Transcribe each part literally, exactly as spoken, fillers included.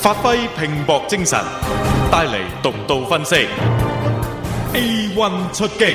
發揮拼搏精神，帶嚟獨到分析。A one 出擊。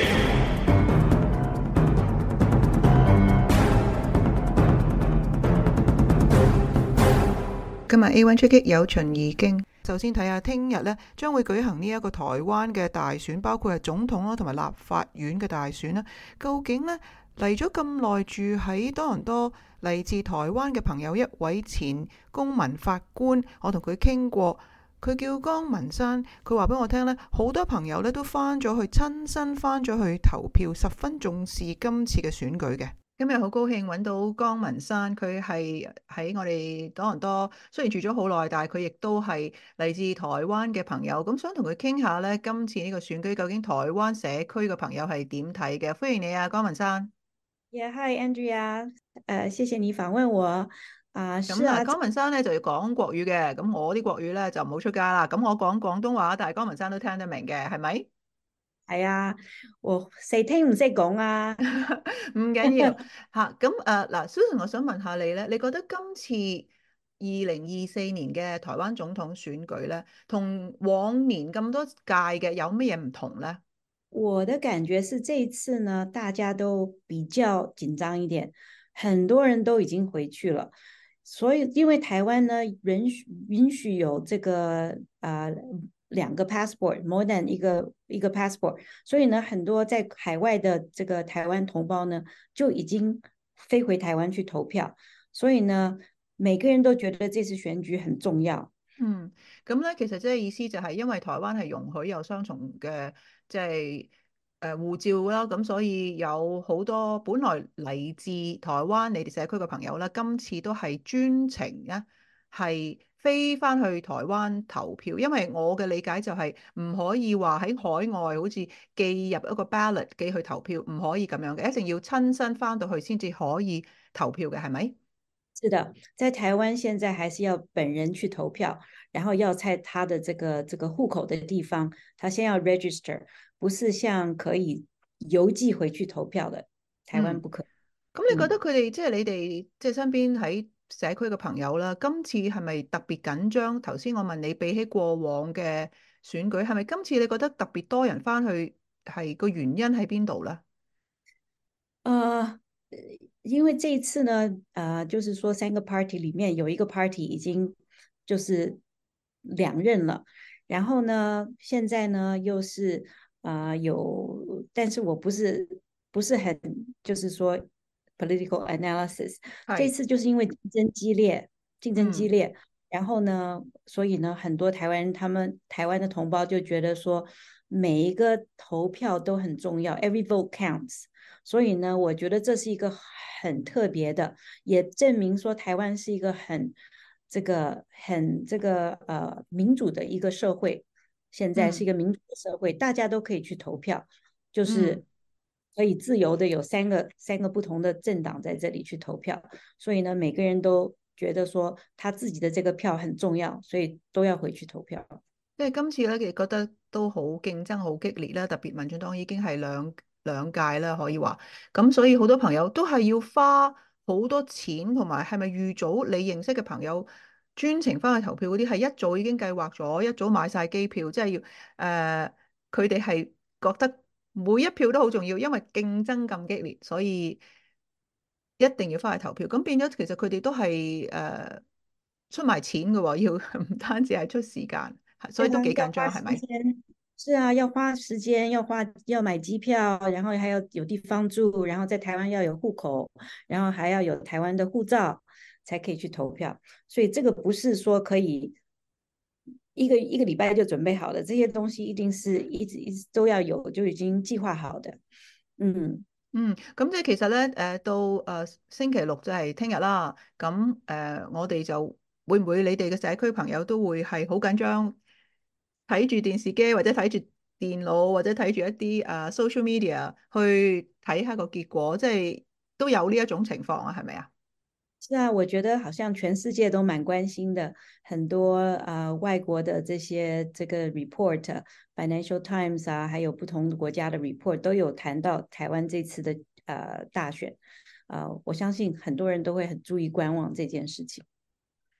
今日 A one 出擊有秦怡經。首先睇下聽日呢將會舉行呢一個台灣嘅大選，包括係總統啦同埋立法院嘅大選啦。究竟呢嚟咗咁耐住喺多倫多嚟自台灣嘅朋友，一位前公民法官，我同佢傾過，佢叫江文山，佢話俾我聽呢，好多朋友呢都翻咗去親身翻咗去投票，十分重視今次嘅選舉嘅。今日好高興揾到江文山，佢係喺我哋多倫多，雖然住咗好耐，但係佢亦都係嚟自台灣嘅朋友，咁想同佢傾下呢，今次呢個選舉究竟台灣社區嘅朋友係點睇嘅？歡迎你啊，江文山。 Yeah, hi Andrea，呃，謝謝你訪問我啊。 咁嗱，江文山咧就要講國語嘅，咁我啲國語咧就唔好出街啦。咁我講廣東話，但係江文山都聽得明嘅，係咪？ 係啊，我識聽唔識講啊。 唔緊要吓。咁誒嗱，Susan，我想問下你咧，你覺得今次二零二四年嘅台灣總統選舉咧，同往年咁多屆嘅有乜嘢唔同咧？ 我的感覺是，這一次呢，大家都比較緊張一點，很多人都已經回去了，所以因為台灣呢允許允許有這個啊、呃、兩個 passport，more than 一個一個 passport，所以呢，很多在海外的這個台灣同胞呢就已經飛回台灣去投票，所以呢，每個人都覺得這次選舉很重要。 嗯，咁咧其實即係意思就係因為台灣係容許有雙重嘅即係誒護照啦，咁所以有好多本來嚟自台灣你哋社區嘅朋友啦，今次都係專程咧係飛翻去台灣投票，因為我嘅理解就係唔可以話喺海外好似寄入一個 ballot 寄去投票，唔可以咁樣嘅，一定要親身翻到去先至可以投票嘅，係咪？ 是的，在台灣現在還是要本人去投票，然後要在他的這個這個戶口的地方，他先要 register， 不是像可以郵寄回去投票的，台灣不可。 咁、嗯、你覺得佢哋、嗯、即係你哋即係身邊喺社區嘅朋友啦，今次係咪特別緊張？頭先我問你比起過往嘅選舉，係咪今次你覺得特別多人翻去，係個原因喺邊度咧？ 呃因為這一次呢，呃，就是說三個 party 裡面有一個 party 已經就是兩任了，然後呢，現在呢又是啊、呃、有，但是我不是不是很就是說 political analysis，這次就是因為競爭激烈，競爭激烈，嗯、然後呢，所以呢，很多台灣人，他們台灣的同胞就覺得說每一個投票都很重要，every vote counts。所以呢，我覺得這是一個很特別的，也證明說台灣是一個很這個很這個呃民主的一個社會。現在是一個民主的社會，嗯、大家都可以去投票，就是可以自由的有三個三個不同的政黨在這裡去投票。所以呢，每個人都覺得說他自己的這個票很重要，所以都要回去投票。 因為今次咧，其實覺得都好競爭好激烈啦，特別民進黨已經係兩兩屆啦，可以話咁，所以好多朋友都係要花好多錢，同埋係咪預早你認識嘅朋友專程翻去投票嗰啲，係一早已經計劃咗，一早買晒機票，即係要誒，佢哋係覺得每一票都好重要，因為競爭咁激烈，所以一定要翻去投票。咁變咗，其實佢哋都係誒、呃、出埋錢嘅喎，要唔單止係出時間，所以都幾緊張，係咪？ 是啊，要花時間，要花要買機票，然後還要有地方住，然後在台灣要有戶口，然後還要有台灣的護照，才可以去投票。所以這個不是說可以一個一個禮拜就準備好的，這些東西一定是一直一直都要有，就已經計劃好的。嗯嗯，咁即係其實咧，誒到誒星期六就係聽日啦。咁誒，我哋就會唔會你哋嘅社區朋友都會係好緊張？睇住電視機或者睇住電腦或者睇住一啲誒 social media 去睇下個結果，即係都有呢一種情況啊，係咪啊？ 是啊，我覺得好像全世界都蠻關心的，很多啊、呃、外國的這些這個 report，Financial Times 啊，還有不同國家的 report 都有談到台灣這次的誒、呃、大選，啊、呃，我相信很多人都會很注意觀望這件事情。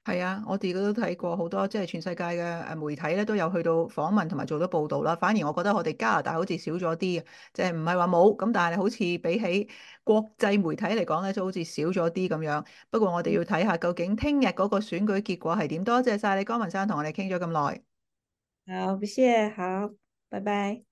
係啊，我哋都睇過好多，即係全世界嘅誒媒體咧都有去到訪問同埋做咗報導啦。反而我覺得我哋加拿大好似少咗啲嘅，即係唔係話冇咁，但係好似比起國際媒體嚟講咧，就好似少咗啲咁樣。不過我哋要睇下究竟聽日嗰個選舉結果係點。多謝晒你江文山同我哋傾咗咁耐。 好，不謝，好，拜拜。